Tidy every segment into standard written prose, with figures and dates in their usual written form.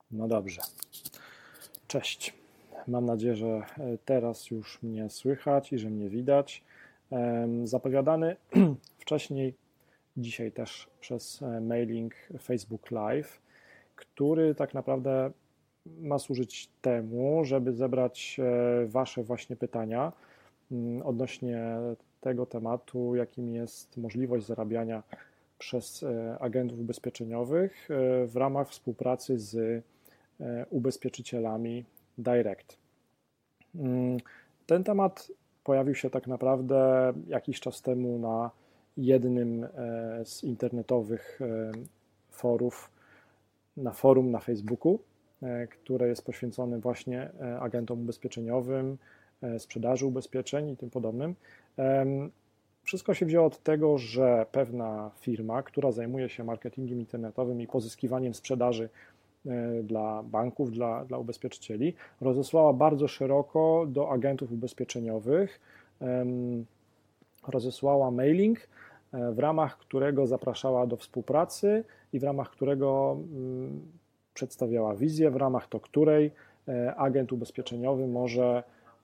No dobrze. Cześć. Mam nadzieję, że teraz już mnie słychać i że mnie widać. Zapowiadany wcześniej, dzisiaj też przez mailing Facebook Live, który tak naprawdę ma służyć temu, żeby zebrać Wasze właśnie pytania odnośnie tego tematu, jakim jest możliwość zarabiania przez agentów ubezpieczeniowych w ramach współpracy z ubezpieczycielami Direct. Ten temat pojawił się tak naprawdę jakiś czas temu na jednym z internetowych forów, na forum na Facebooku, które jest poświęcone właśnie agentom ubezpieczeniowym, sprzedaży ubezpieczeń i tym podobnym. Wszystko się wzięło od tego, że pewna firma, która zajmuje się marketingiem internetowym i pozyskiwaniem sprzedaży dla banków, dla ubezpieczycieli, rozesłała bardzo szeroko do agentów ubezpieczeniowych, rozesłała mailing, w ramach którego zapraszała do współpracy i w ramach którego przedstawiała wizję, w ramach to której agent ubezpieczeniowy może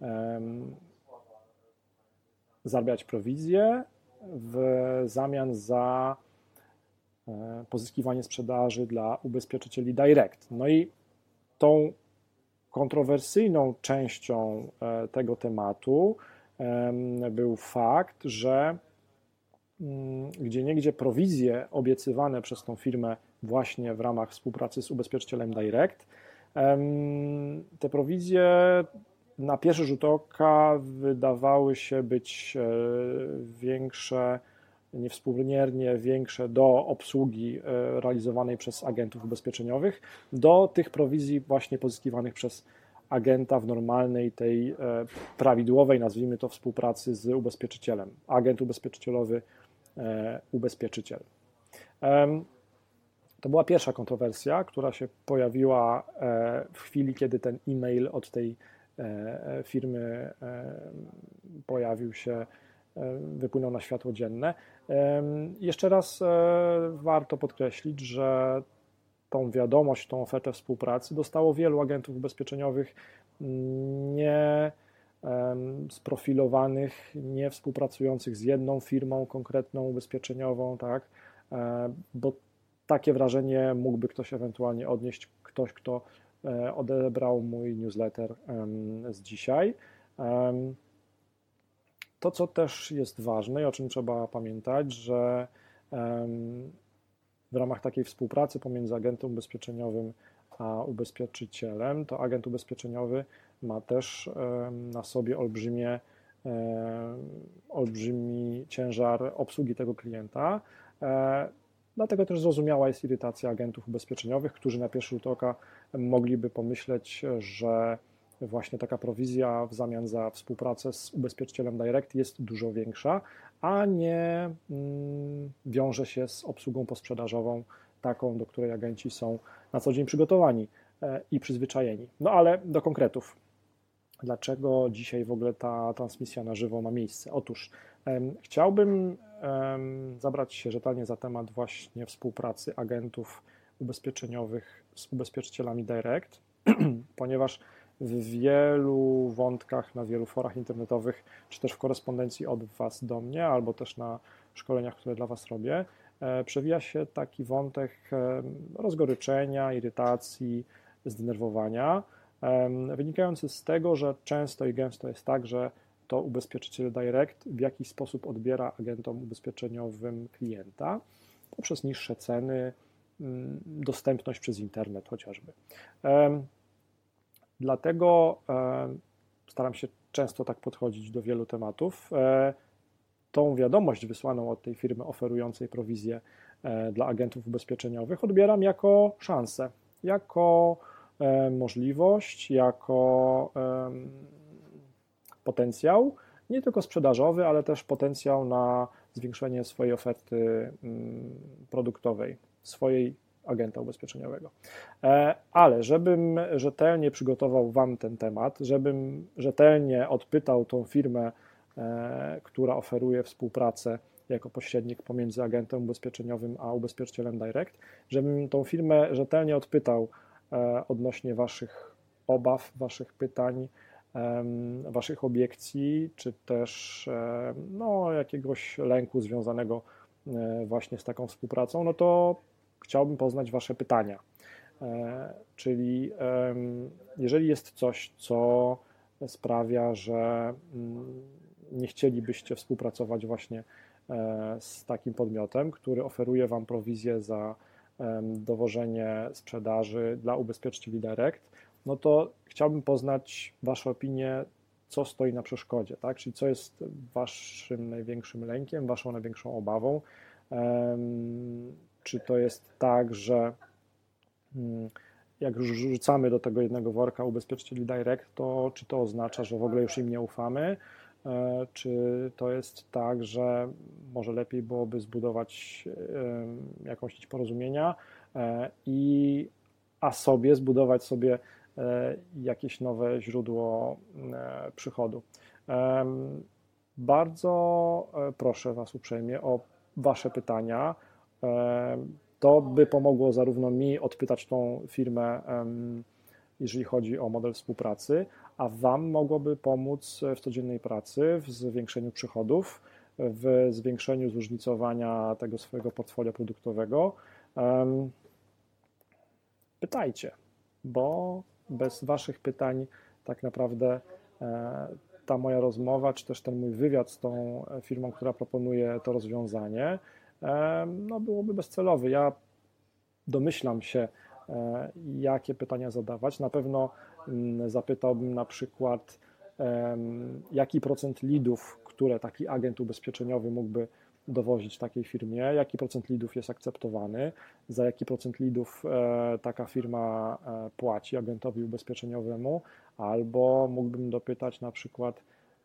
zarabiać prowizję w zamian za pozyskiwanie sprzedaży dla ubezpieczycieli Direct. No i tą kontrowersyjną częścią tego tematu był fakt, że gdzieniegdzie prowizje obiecywane przez tą firmę właśnie w ramach współpracy z ubezpieczycielem Direct, te prowizje na pierwszy rzut oka wydawały się być większe, niewspółmiernie większe do obsługi realizowanej przez agentów ubezpieczeniowych, do tych prowizji właśnie pozyskiwanych przez agenta w normalnej, tej prawidłowej, nazwijmy to, współpracy z ubezpieczycielem. Agent ubezpieczycielowy, ubezpieczyciel. To była pierwsza kontrowersja, która się pojawiła w chwili, kiedy ten e-mail od tej firmy pojawił się, wypłynął na światło dzienne. Jeszcze raz warto podkreślić, że tą wiadomość, tą ofertę współpracy dostało wielu agentów ubezpieczeniowych nie sprofilowanych, nie współpracujących z jedną firmą konkretną ubezpieczeniową, tak, bo takie wrażenie mógłby ktoś ewentualnie odnieść, ktoś, kto odebrał mój newsletter z dzisiaj. To, co też jest ważne i o czym trzeba pamiętać, że w ramach takiej współpracy pomiędzy agentem ubezpieczeniowym a ubezpieczycielem, to agent ubezpieczeniowy ma też na sobie olbrzymi ciężar obsługi tego klienta. Dlatego też zrozumiała jest irytacja agentów ubezpieczeniowych, którzy na pierwszy rzut oka mogliby pomyśleć, że właśnie taka prowizja w zamian za współpracę z ubezpieczycielem Direct jest dużo większa, a nie wiąże się z obsługą posprzedażową, taką, do której agenci są na co dzień przygotowani i przyzwyczajeni. No ale do konkretów. Dlaczego dzisiaj w ogóle ta transmisja na żywo ma miejsce? Otóż chciałbym zabrać się rzetelnie za temat właśnie współpracy agentów ubezpieczeniowych z ubezpieczycielami Direct, ponieważ w wielu wątkach, na wielu forach internetowych, czy też w korespondencji od Was do mnie, albo też na szkoleniach, które dla Was robię, przewija się taki wątek rozgoryczenia, irytacji, zdenerwowania, wynikający z tego, że często i gęsto jest tak, że to ubezpieczyciel Direct w jakiś sposób odbiera agentom ubezpieczeniowym klienta poprzez niższe ceny, dostępność przez internet chociażby. Dlatego staram się często tak podchodzić do wielu tematów. Tą wiadomość wysłaną od tej firmy oferującej prowizję dla agentów ubezpieczeniowych odbieram jako szansę, jako możliwość, jako potencjał, nie tylko sprzedażowy, ale też potencjał na zwiększenie swojej oferty produktowej, swojej agenta ubezpieczeniowego. Ale żebym rzetelnie przygotował Wam ten temat, żebym rzetelnie odpytał tą firmę, która oferuje współpracę jako pośrednik pomiędzy agentem ubezpieczeniowym a ubezpieczycielem Direct, żebym tą firmę rzetelnie odpytał, odnośnie Waszych obaw, Waszych pytań, Waszych obiekcji, czy też no, jakiegoś lęku związanego właśnie z taką współpracą, no to chciałbym poznać Wasze pytania. Czyli jeżeli jest coś, co sprawia, że nie chcielibyście współpracować właśnie z takim podmiotem, który oferuje Wam prowizję za dowożenie sprzedaży dla ubezpieczycieli direct, no to chciałbym poznać Wasze opinie, co stoi na przeszkodzie, tak? Czyli co jest Waszym największym lękiem, Waszą największą obawą. Czy to jest tak, że jak już rzucamy do tego jednego worka ubezpieczycieli direct, to czy to oznacza, że w ogóle już im nie ufamy? Czy to jest tak, że może lepiej byłoby zbudować jakąś nić porozumienia a sobie zbudować sobie jakieś nowe źródło przychodu? Bardzo proszę Was uprzejmie o Wasze pytania. To by pomogło zarówno mi odpytać tą firmę, jeżeli chodzi o model współpracy, a Wam mogłoby pomóc w codziennej pracy, w zwiększeniu przychodów, w zwiększeniu zróżnicowania tego swojego portfolio produktowego. Pytajcie, bo bez Waszych pytań tak naprawdę ta moja rozmowa, czy też ten mój wywiad z tą firmą, która proponuje to rozwiązanie, no byłoby bezcelowy. Ja domyślam się, jakie pytania zadawać. Na pewno zapytałbym na przykład, jaki procent leadów, które taki agent ubezpieczeniowy mógłby dowozić takiej firmie, jaki procent leadów jest akceptowany, za jaki procent leadów taka firma płaci agentowi ubezpieczeniowemu, albo mógłbym dopytać na przykład,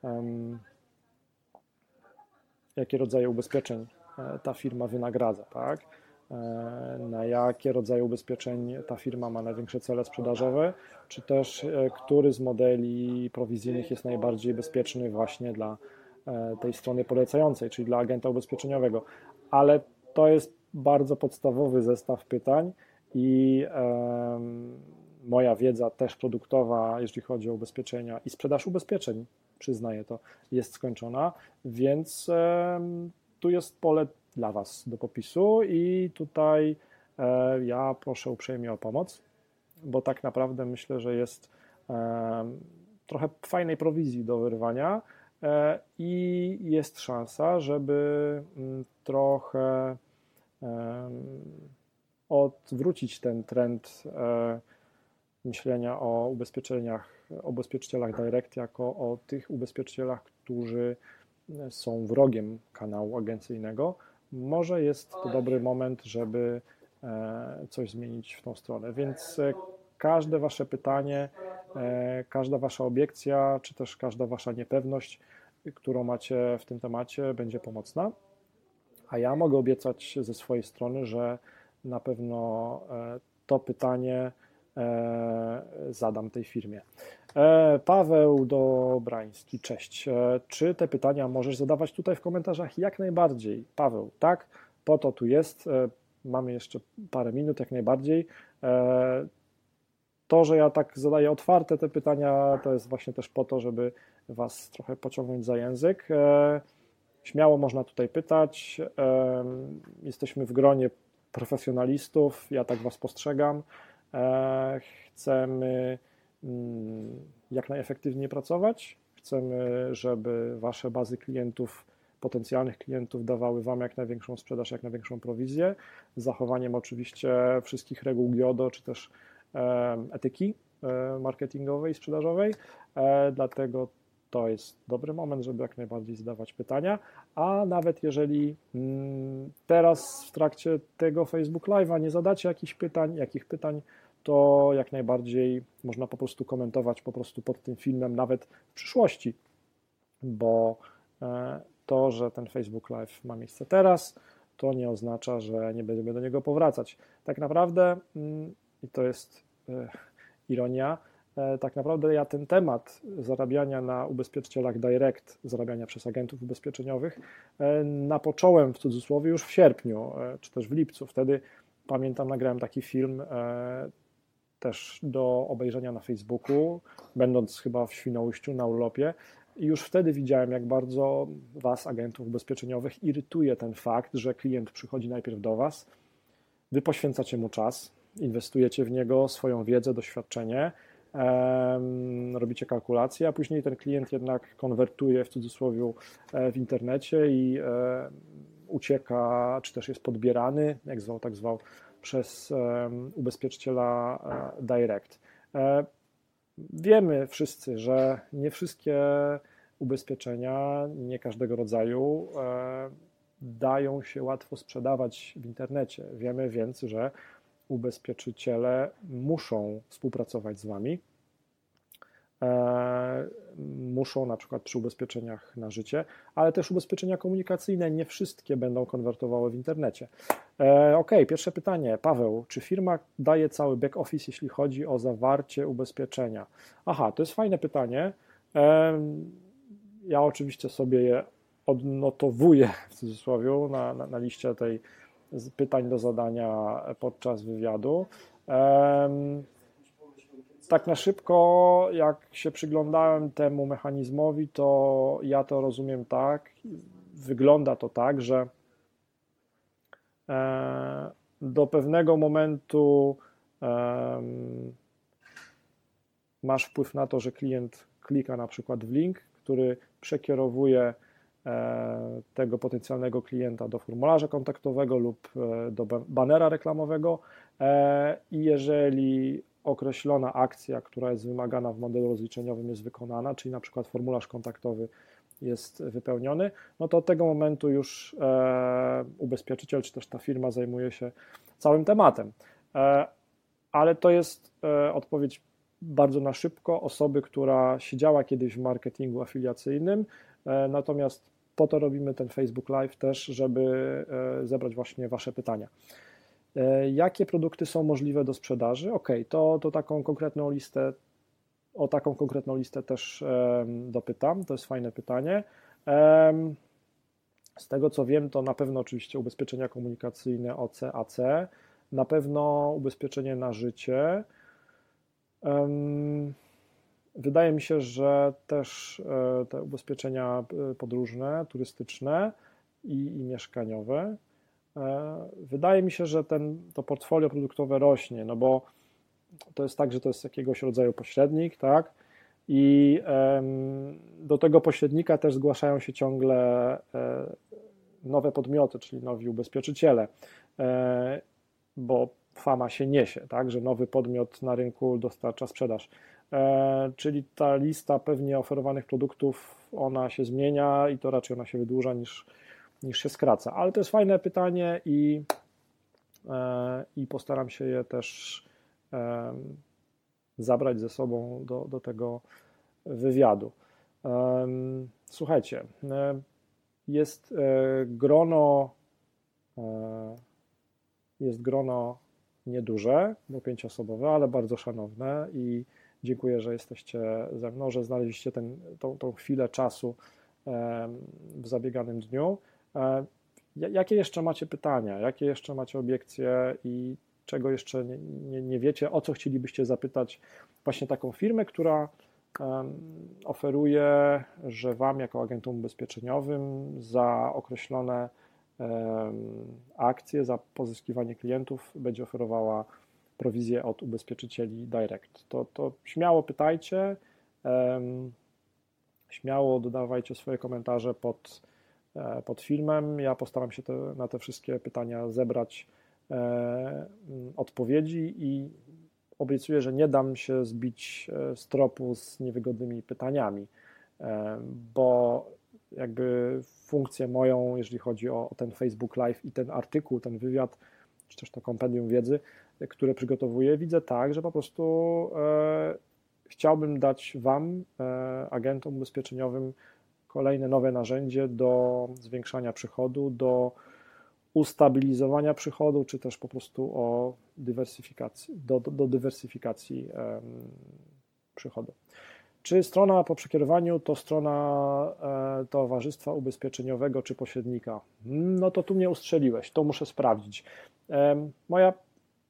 jakie rodzaje ubezpieczeń ta firma wynagradza, tak? Na jakie rodzaje ubezpieczeń ta firma ma największe cele sprzedażowe, czy też który z modeli prowizyjnych jest najbardziej bezpieczny właśnie dla tej strony polecającej, czyli dla agenta ubezpieczeniowego. Ale to jest bardzo podstawowy zestaw pytań i moja wiedza też produktowa, jeżeli chodzi o ubezpieczenia i sprzedaż ubezpieczeń, przyznaję to, jest skończona, więc tu jest pole dla Was do popisu i tutaj ja proszę uprzejmie o pomoc, bo tak naprawdę myślę, że jest trochę fajnej prowizji do wyrwania i jest szansa, żeby trochę odwrócić ten trend myślenia o ubezpieczycielach direct jako o tych ubezpieczycielach, którzy są wrogiem kanału agencyjnego. Może jest to dobry moment, żeby coś zmienić w tą stronę, więc każde Wasze pytanie, każda Wasza obiekcja, czy też każda Wasza niepewność, którą macie w tym temacie, będzie pomocna. A ja mogę obiecać ze swojej strony, że na pewno to pytanie zadam tej firmie. Paweł Dobrański, cześć. Czy te pytania możesz zadawać tutaj w komentarzach? Jak najbardziej. Paweł, tak, po to tu jest. Mamy jeszcze parę minut, jak najbardziej. To, że ja tak zadaję otwarte te pytania, to jest właśnie też po to, żeby Was trochę pociągnąć za język. Śmiało można tutaj pytać. Jesteśmy w gronie profesjonalistów, ja tak Was postrzegam. Chcemy jak najefektywniej pracować. Chcemy, żeby Wasze bazy klientów, potencjalnych klientów dawały Wam jak największą sprzedaż, jak największą prowizję, z zachowaniem oczywiście wszystkich reguł GIODO, czy też etyki marketingowej i sprzedażowej. Dlatego to jest dobry moment, żeby jak najbardziej zadawać pytania, a nawet jeżeli teraz w trakcie tego Facebook Live'a nie zadacie jakich pytań, to jak najbardziej można po prostu komentować po prostu pod tym filmem nawet w przyszłości, bo to, że ten Facebook Live ma miejsce teraz, to nie oznacza, że nie będziemy do niego powracać. Tak naprawdę, i to jest ironia, tak naprawdę ja ten temat zarabiania na ubezpieczycielach direct, zarabiania przez agentów ubezpieczeniowych napocząłem w cudzysłowie już w sierpniu, czy też w lipcu. Wtedy pamiętam, nagrałem taki film też do obejrzenia na Facebooku, będąc chyba w Świnoujściu na urlopie. I już wtedy widziałem, jak bardzo Was, agentów ubezpieczeniowych, irytuje ten fakt, że klient przychodzi najpierw do Was, Wy poświęcacie mu czas, inwestujecie w niego swoją wiedzę, doświadczenie, robicie kalkulacje, a później ten klient jednak konwertuje w cudzysłowie w internecie i ucieka, czy też jest podbierany, jak zwał, tak zwał, przez ubezpieczyciela direct. Wiemy wszyscy, że nie wszystkie ubezpieczenia, nie każdego rodzaju dają się łatwo sprzedawać w internecie. Wiemy więc, że ubezpieczyciele muszą współpracować z Wami, muszą na przykład przy ubezpieczeniach na życie, ale też ubezpieczenia komunikacyjne nie wszystkie będą konwertowały w internecie. Ok, pierwsze pytanie. Paweł, czy firma daje cały back office, jeśli chodzi o zawarcie ubezpieczenia? Aha, to jest fajne pytanie. Ja oczywiście sobie je odnotowuję w cudzysłowie na liście tej pytań do zadania podczas wywiadu. Tak na szybko, jak się przyglądałem temu mechanizmowi, to ja to rozumiem tak, wygląda to tak, że do pewnego momentu masz wpływ na to, że klient klika na przykład w link, który przekierowuje tego potencjalnego klienta do formularza kontaktowego lub do banera reklamowego i jeżeli określona akcja, która jest wymagana w modelu rozliczeniowym jest wykonana, czyli na przykład formularz kontaktowy jest wypełniony, no to od tego momentu już ubezpieczyciel czy też ta firma zajmuje się całym tematem. Ale to jest odpowiedź bardzo na szybko osoby, która siedziała kiedyś w marketingu afiliacyjnym, natomiast po to robimy ten Facebook Live też, żeby zebrać właśnie Wasze pytania. Jakie produkty są możliwe do sprzedaży? Ok, to taką konkretną listę, o taką konkretną listę też dopytam, to jest fajne pytanie. Z tego co wiem, to na pewno oczywiście ubezpieczenia komunikacyjne OC, AC, na pewno ubezpieczenie na życie. Wydaje mi się, że też te ubezpieczenia podróżne, turystyczne i mieszkaniowe. Wydaje mi się, że to portfolio produktowe rośnie, no bo to jest tak, że to jest jakiegoś rodzaju pośrednik, tak? I do tego pośrednika też zgłaszają się ciągle nowe podmioty, czyli nowi ubezpieczyciele, bo fama się niesie, tak, że nowy podmiot na rynku dostarcza sprzedaż. Czyli ta lista pewnie oferowanych produktów, ona się zmienia i to raczej ona się wydłuża niż się skraca. Ale to jest fajne pytanie i postaram się je też zabrać ze sobą do tego wywiadu. Słuchajcie, jest grono nieduże, bo 5-osobowe, ale bardzo szanowne i dziękuję, że jesteście ze mną, że znaleźliście tą chwilę czasu w zabieganym dniu. Jakie jeszcze macie pytania, jakie jeszcze macie obiekcje i czego jeszcze nie wiecie, o co chcielibyście zapytać właśnie taką firmę, która oferuje, że Wam jako agentom ubezpieczeniowym za określone akcje, za pozyskiwanie klientów będzie oferowała prowizję od ubezpieczycieli direct. To śmiało pytajcie, śmiało dodawajcie swoje komentarze pod filmem. Ja postaram się na te wszystkie pytania zebrać odpowiedzi i obiecuję, że nie dam się zbić z tropu z niewygodnymi pytaniami, bo jakby funkcję moją, jeżeli chodzi o ten Facebook Live i ten artykuł, ten wywiad, czy też to kompendium wiedzy, które przygotowuję, widzę tak, że po prostu chciałbym dać Wam, agentom ubezpieczeniowym, kolejne nowe narzędzie do zwiększania przychodu, do ustabilizowania przychodu, czy też po prostu o dywersyfikacji, do dywersyfikacji przychodu. Czy strona po przekierowaniu to strona towarzystwa ubezpieczeniowego czy pośrednika? No to tu mnie ustrzeliłeś, to muszę sprawdzić. Moja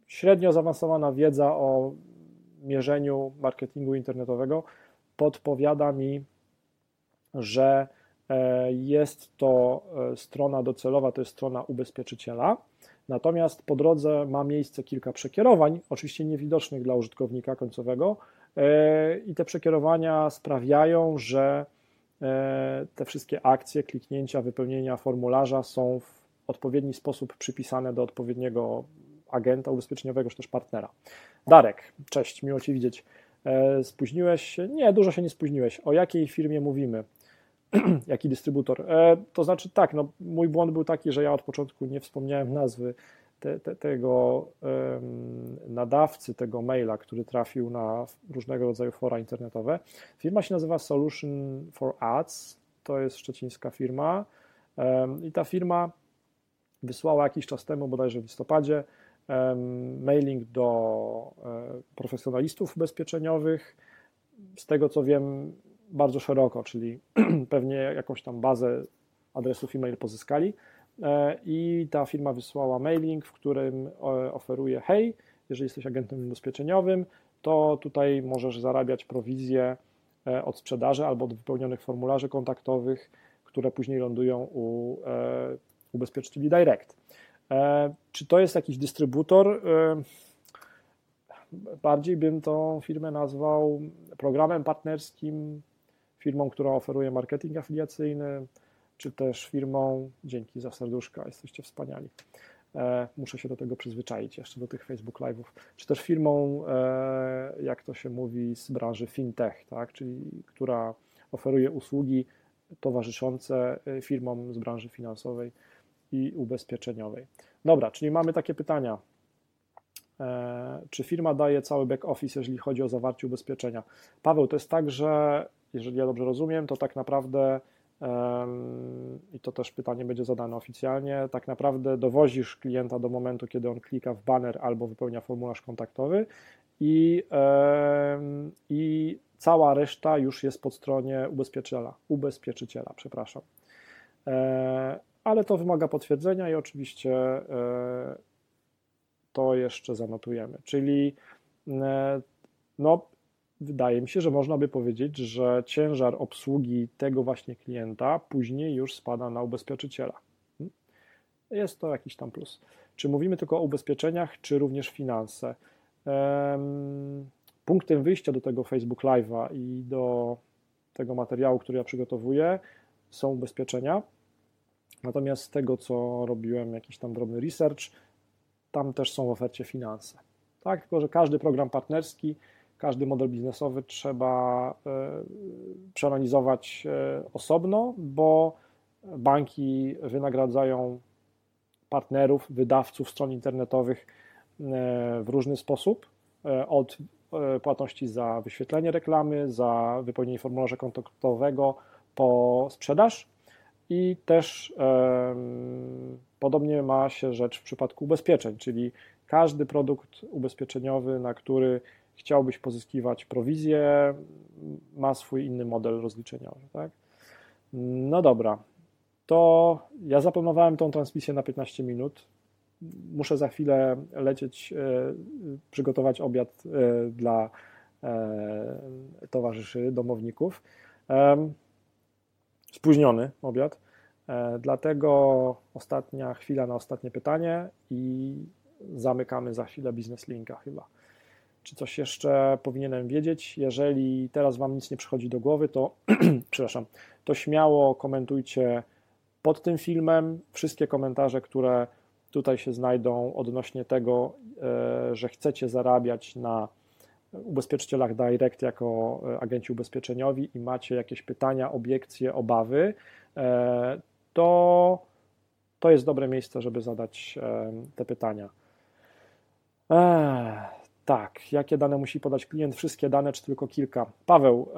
średnio zaawansowana wiedza o mierzeniu marketingu internetowego podpowiada mi, że jest to strona docelowa, to jest strona ubezpieczyciela, natomiast po drodze ma miejsce kilka przekierowań, oczywiście niewidocznych dla użytkownika końcowego, i te przekierowania sprawiają, że te wszystkie akcje, kliknięcia, wypełnienia formularza są w odpowiedni sposób przypisane do odpowiedniego agenta ubezpieczeniowego czy też partnera. Darek, cześć, miło Cię widzieć. Spóźniłeś się? Nie, dużo się nie spóźniłeś. O jakiej firmie mówimy? Jaki dystrybutor? To znaczy tak, no, mój błąd był taki, że ja od początku nie wspomniałem nazwy tego nadawcy, tego maila, który trafił na różnego rodzaju fora internetowe. Firma się nazywa Solution for Ads, to jest szczecińska firma i ta firma wysłała jakiś czas temu, bodajże w listopadzie, mailing do profesjonalistów ubezpieczeniowych, z tego co wiem bardzo szeroko, czyli pewnie jakąś tam bazę adresów e-mail pozyskali i ta firma wysłała mailing, w którym oferuje: hej, jeżeli jesteś agentem ubezpieczeniowym, to tutaj możesz zarabiać prowizję od sprzedaży albo od wypełnionych formularzy kontaktowych, które później lądują u ubezpieczycieli direct. Czy to jest jakiś dystrybutor? Bardziej bym tą firmę nazwał programem partnerskim, firmą, która oferuje marketing afiliacyjny, czy też firmą, dzięki za serduszka, jesteście wspaniali. Muszę się do tego przyzwyczaić jeszcze, do tych Facebook Live'ów, czy też firmą, jak to się mówi, z branży fintech, tak? Czyli która oferuje usługi towarzyszące firmom z branży finansowej i ubezpieczeniowej. Dobra, czyli mamy takie pytania. Czy firma daje cały back office, jeżeli chodzi o zawarcie ubezpieczenia? Paweł, to jest tak, że jeżeli ja dobrze rozumiem, to tak naprawdę, i to też pytanie będzie zadane oficjalnie, tak naprawdę dowozisz klienta do momentu, kiedy on klika w banner albo wypełnia formularz kontaktowy i cała reszta już jest po stronie ubezpieczyciela, przepraszam. Ale to wymaga potwierdzenia i oczywiście to jeszcze zanotujemy. Czyli no, wydaje mi się, że można by powiedzieć, że ciężar obsługi tego właśnie klienta później już spada na ubezpieczyciela. Jest to jakiś tam plus. Czy mówimy tylko o ubezpieczeniach, czy również finanse? Punktem wyjścia do tego Facebook Live'a i do tego materiału, który ja przygotowuję, są ubezpieczenia. Natomiast z tego, co robiłem, jakiś tam drobny research, tam też są w ofercie finanse. Tak, tylko że każdy program partnerski, każdy model biznesowy trzeba przeanalizować osobno, bo banki wynagradzają partnerów, wydawców stron internetowych w różny sposób, od płatności za wyświetlenie reklamy, za wypełnienie formularza kontaktowego po sprzedaż i też podobnie ma się rzecz w przypadku ubezpieczeń, czyli każdy produkt ubezpieczeniowy, na który chciałbyś pozyskiwać prowizję, ma swój inny model rozliczeniowy. Tak? No dobra, to ja zaplanowałem tą transmisję na 15 minut. Muszę za chwilę lecieć, przygotować obiad dla towarzyszy, domowników. Spóźniony obiad, dlatego ostatnia chwila na ostatnie pytanie i zamykamy za chwilę Biznes Linka chyba. Czy coś jeszcze powinienem wiedzieć? Jeżeli teraz Wam nic nie przychodzi do głowy, to przepraszam, to śmiało komentujcie pod tym filmem wszystkie komentarze, które tutaj się znajdą odnośnie tego, że chcecie zarabiać na ubezpieczycielach direct jako agenci ubezpieczeniowi i macie jakieś pytania, obiekcje, obawy, to jest dobre miejsce, żeby zadać te pytania. Tak, jakie dane musi podać klient? Wszystkie dane, czy tylko kilka? Paweł,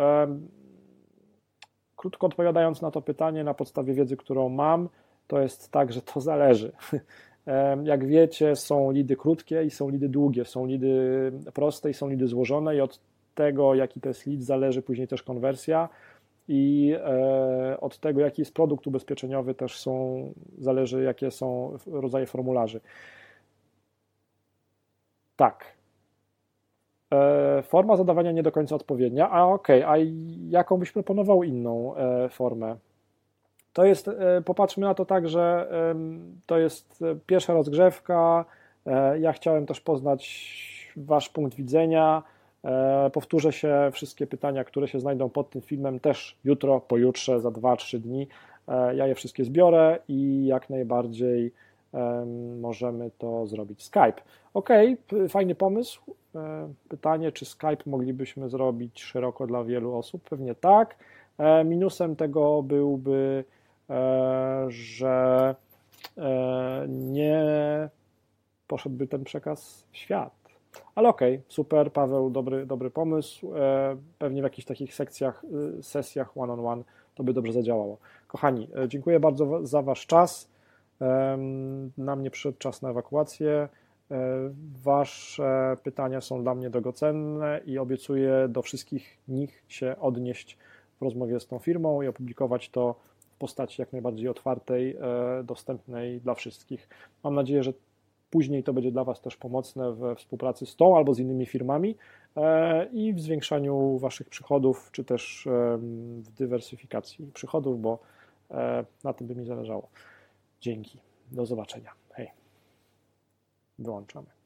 krótko odpowiadając na to pytanie, na podstawie wiedzy, którą mam, to jest tak, że to zależy. Jak wiecie, są lidy krótkie i są lidy długie, są lidy proste i są lidy złożone i od tego, jaki to jest lead, zależy później też konwersja i od tego, jaki jest produkt ubezpieczeniowy, też zależy, jakie są rodzaje formularzy. Tak. Forma zadawania nie do końca odpowiednia, a jaką byś proponował inną formę? To jest, popatrzmy na to tak, że to jest pierwsza rozgrzewka, ja chciałem też poznać wasz punkt widzenia, powtórzę się wszystkie pytania, które się znajdą pod tym filmem też jutro, pojutrze, za 2-3 dni, ja je wszystkie zbiorę i jak najbardziej możemy to zrobić. Skype. Ok, fajny pomysł. Pytanie, czy Skype moglibyśmy zrobić szeroko dla wielu osób? Pewnie tak. Minusem tego byłby, że nie poszedłby ten przekaz w świat. Ale okej, super, Paweł, dobry pomysł. Pewnie w jakichś takich sesjach one-on-one to by dobrze zadziałało. Kochani, dziękuję bardzo za wasz czas. Na mnie przyszedł czas na ewakuację. Wasze pytania są dla mnie drogocenne i obiecuję do wszystkich nich się odnieść w rozmowie z tą firmą i opublikować to w postaci jak najbardziej otwartej, dostępnej dla wszystkich. Mam nadzieję, że później to będzie dla was też pomocne we współpracy z tą albo z innymi firmami i w zwiększaniu waszych przychodów, czy też w dywersyfikacji przychodów, bo na tym by mi zależało. Dzięki. Do zobaczenia. Hej. Wyłączamy.